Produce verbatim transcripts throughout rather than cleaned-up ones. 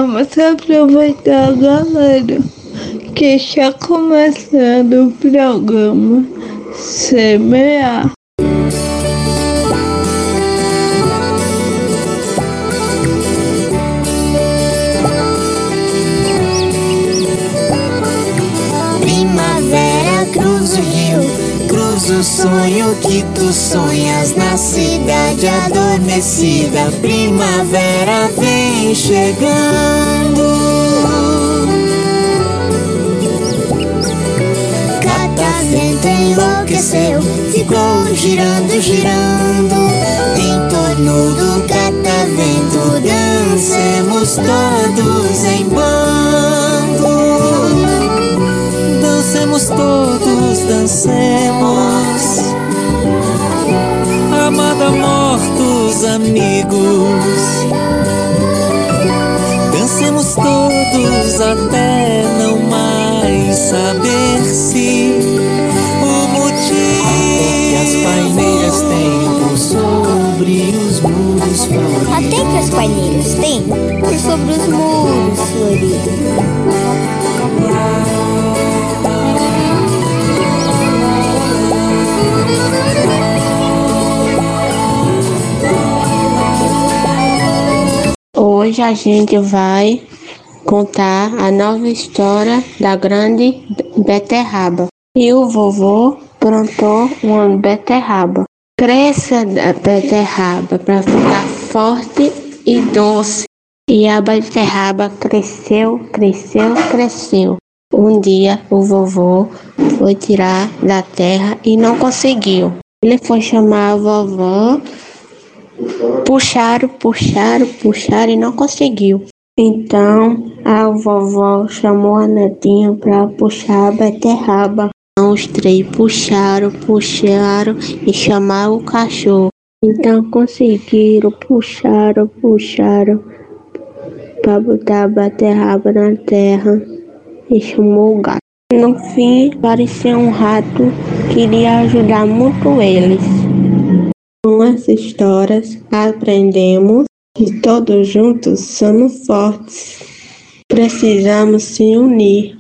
Vamos aproveitar, galera, que está começando o programa Semear. Primavera, cruza o rio, cruza o sonho que tu sonhas na cidade adormecida. Primavera vem chegando. Catavento enlouqueceu, ficou girando, girando. Em torno do catavento dancemos todos em bando. Dancemos todos, dancemos. Amada, mortos, amigos. Dancemos todos até não mais saber se o motivo. Até que as paineiras tenham por sobre os muros floridos. Até que as paineiras tenham por sobre os muros floridos. Hoje a gente vai contar a nova história da grande beterraba. E o vovô plantou uma beterraba. Cresça a beterraba para ficar forte e doce. E a beterraba cresceu, cresceu, cresceu. Um dia o vovô foi tirar da terra e não conseguiu. Ele foi chamar a vovó. Puxaram, puxaram, puxaram e não conseguiu. Então a vovó chamou a netinha para puxar a beterraba. Então, os três puxaram, puxaram e chamaram o cachorro. Então conseguiram, puxaram, puxaram para botar a beterraba na terra e chamou o gato. No fim, parecia um rato que iria ajudar muito eles. Com essas histórias, aprendemos que todos juntos somos fortes. Precisamos se unir.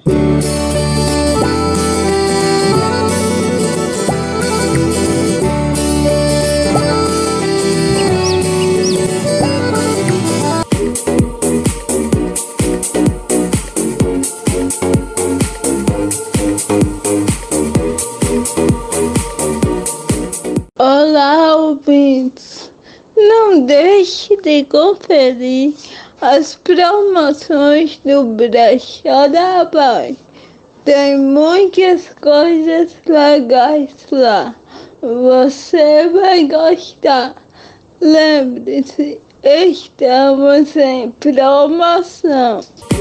Olá, ouvintes! Não deixe de conferir as promoções do Brechó da Paz. Tem muitas coisas legais lá. Você vai gostar. Lembre-se, estamos em promoção.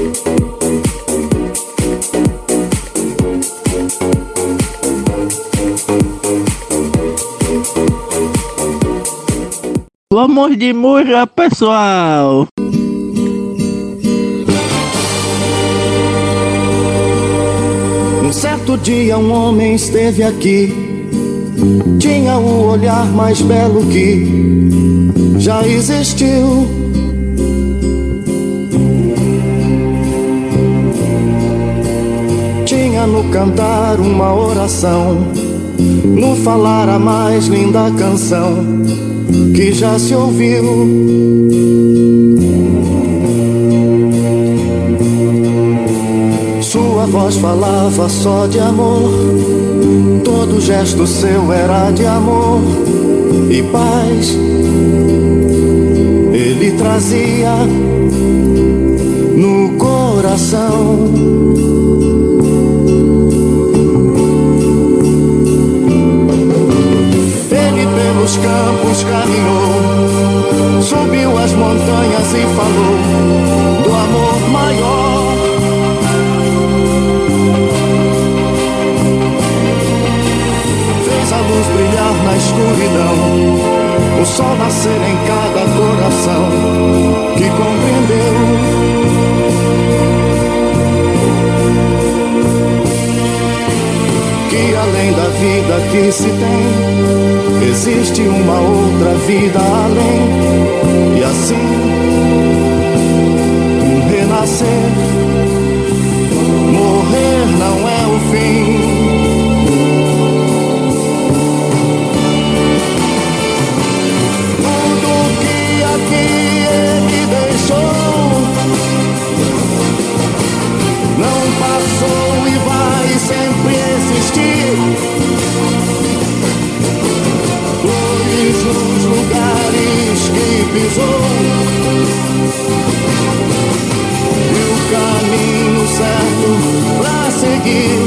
Vamos de música, pessoal! Um certo dia um homem esteve aqui. Tinha o olhar mais belo que já existiu. Tinha no cantar uma oração, no falar a mais linda canção que já se ouviu. Sua voz falava só de amor, todo gesto seu era de amor e paz. Ele trazia no coração. Pelos campos caminhou, subiu as montanhas e falou do amor maior. Fez a luz brilhar na escuridão, o sol nascer em cada coração que compreendeu. Que além da vida que se tem, existe uma outra vida além. E assim, um renascer pisou, e o caminho certo pra seguir.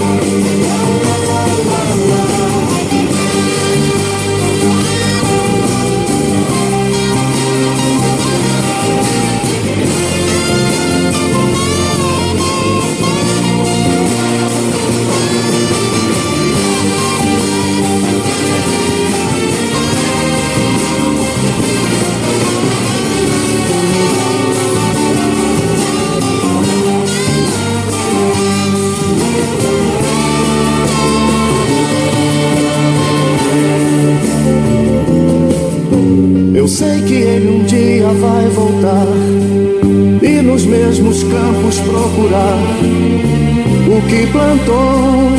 Eu sei que ele um dia vai voltar e nos mesmos campos procurar o que plantou.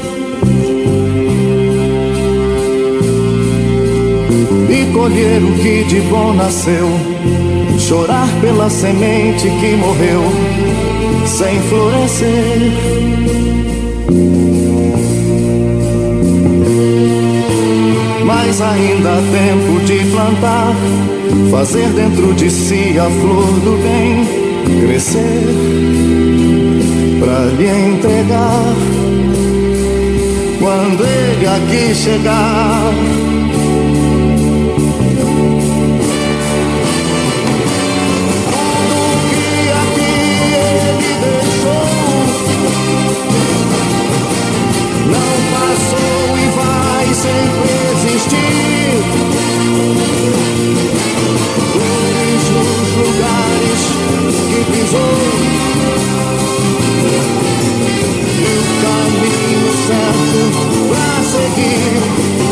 E colher o que de bom nasceu, chorar pela semente que morreu sem florescer. Mas ainda há tempo de plantar, fazer dentro de si a flor do bem crescer, pra lhe entregar quando ele aqui chegar. Tudo que aqui ele deixou não passou e vai sempre existir. Flores nos lugares que pisou, e o caminho certo pra seguir.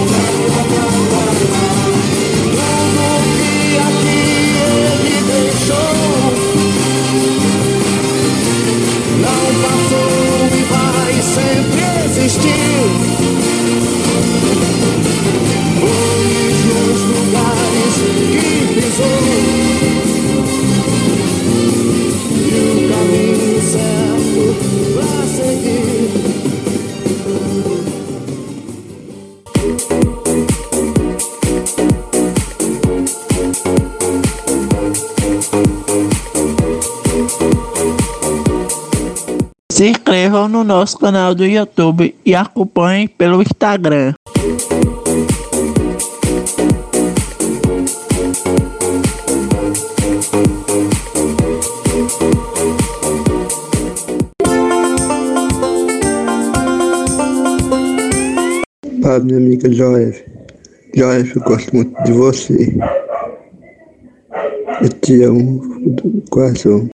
Tudo que aqui ele deixou não passou e vai sempre existir. Flores nos lugares que pisou, e o caminho certo pra seguir. Se inscrevam no nosso canal do YouTube e acompanhem pelo Instagram. Para minha amiga Joyce. Joyce, eu gosto muito de você. Eu te amo do coração.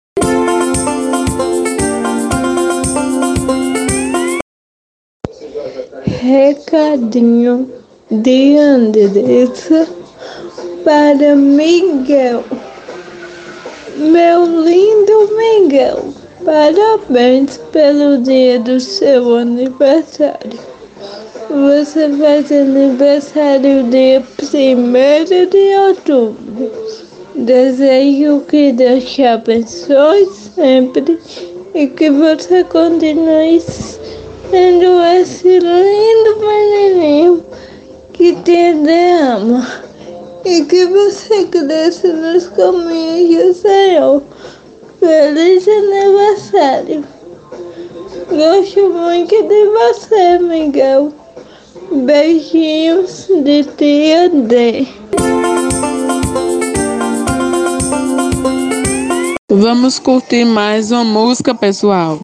Recadinho de Andressa para Miguel. Meu lindo Miguel, parabéns pelo dia do seu aniversário. Você faz aniversário dia primeiro de outubro. Desejo que Deus te abençoe sempre e que você continue sendo esse lindo menininho que te ama e que você cresça nos caminhos do Senhor. Feliz aniversário! Gosto muito de você, Miguel. Beijinhos de tia D. Vamos curtir mais uma música, pessoal.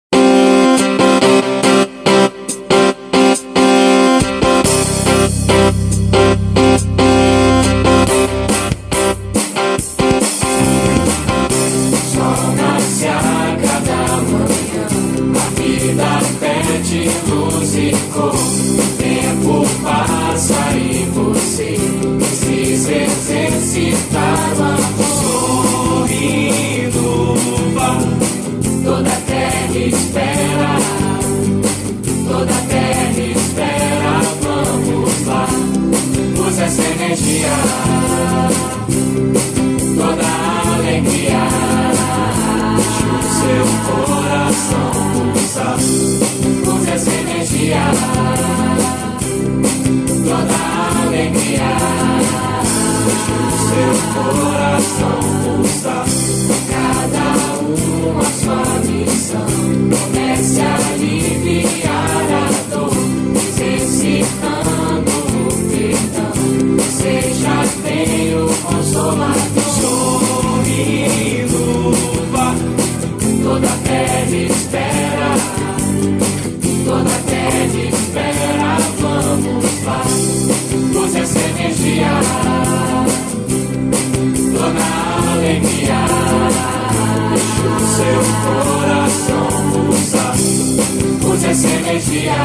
Toda alegria, o seu coração. terra espera, toda a terra espera, vamos lá. Use essa energia, toda a alegria, deixa o seu coração pulsar. Use essa energia,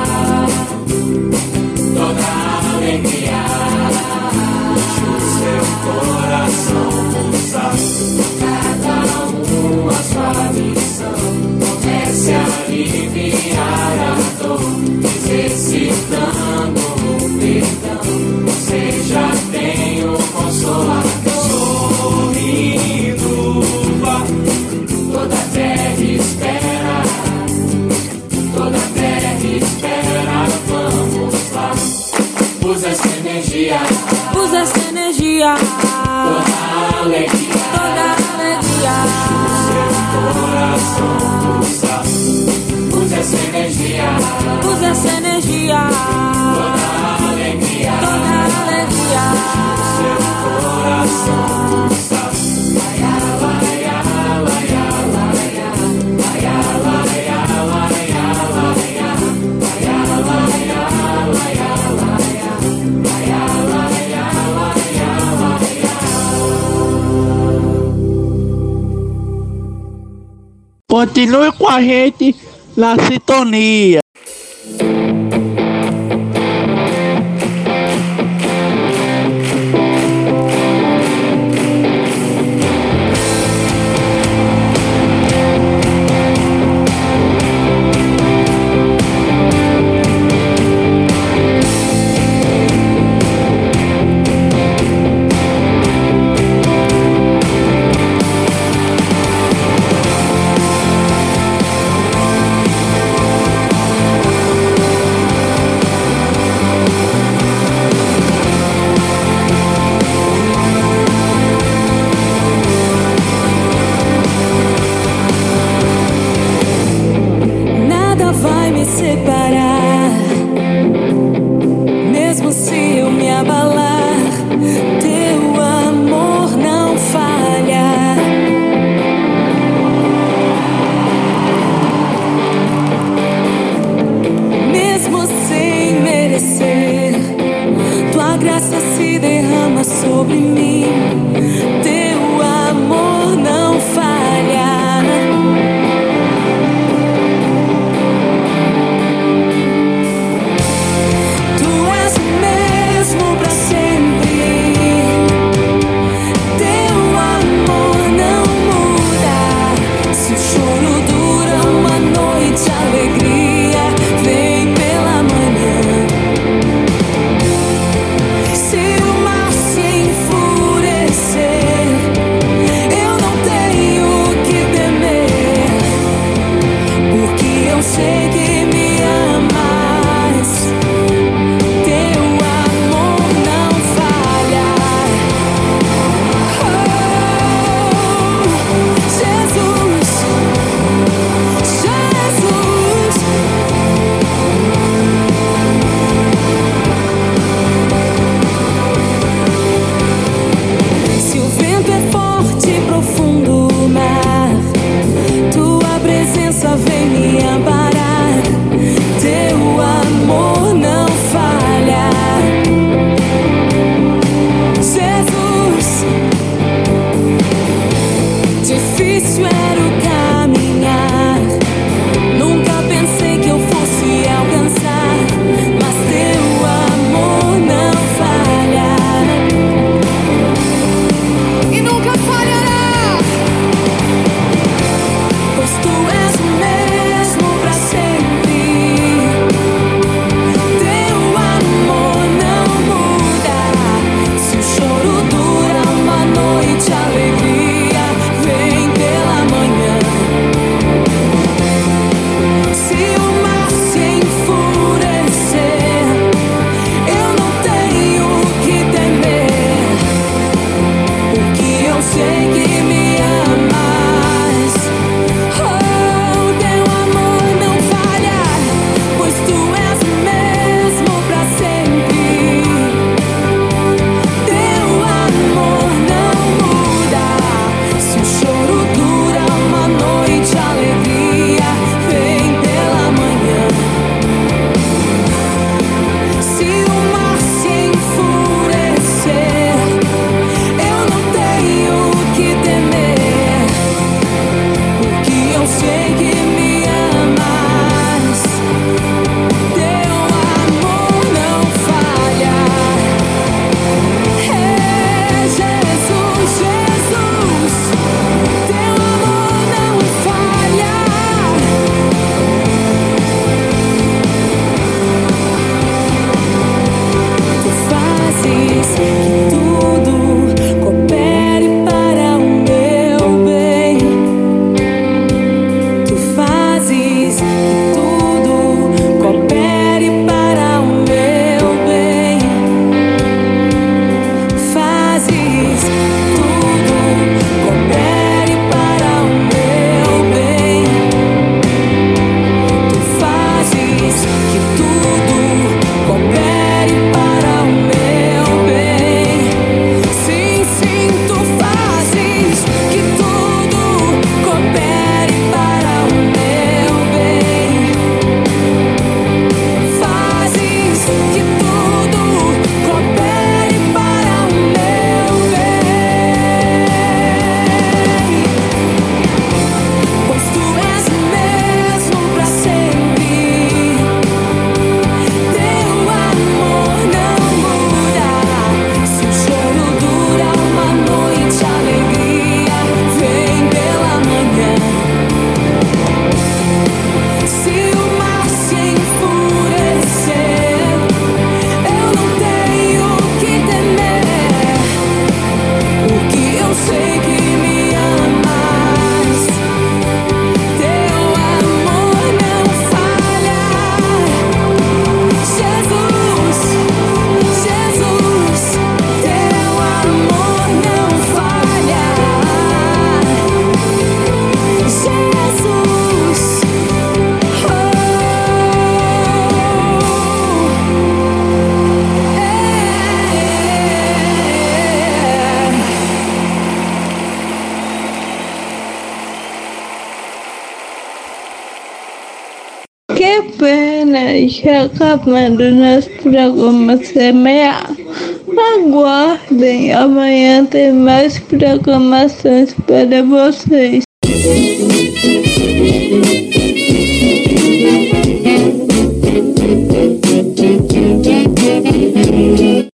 toda a alegria, deixa o seu coração pulsar. Cada um a sua missão, comece a aliviar a dor, exercitando o perdão. Você já tem o consolador. Sorrindo, vá. Toda a terra espera, toda a terra espera, vamos lá. Usa essa energia, usa essa energia, toda a alegria, toda a alegria, seu coração pulsar. Usa essa energia, usa essa energia, toda a alegria, toda a alegria, seu coração pulsar. Laia, laia, laia, laia, laia, laia, laia, laia, laia, laia, laia, laia, laia, laia, laia. Continue com a gente na sintonia. Que pena, já acabando nosso programa Semear. Aguardem, amanhã tem mais programações para vocês.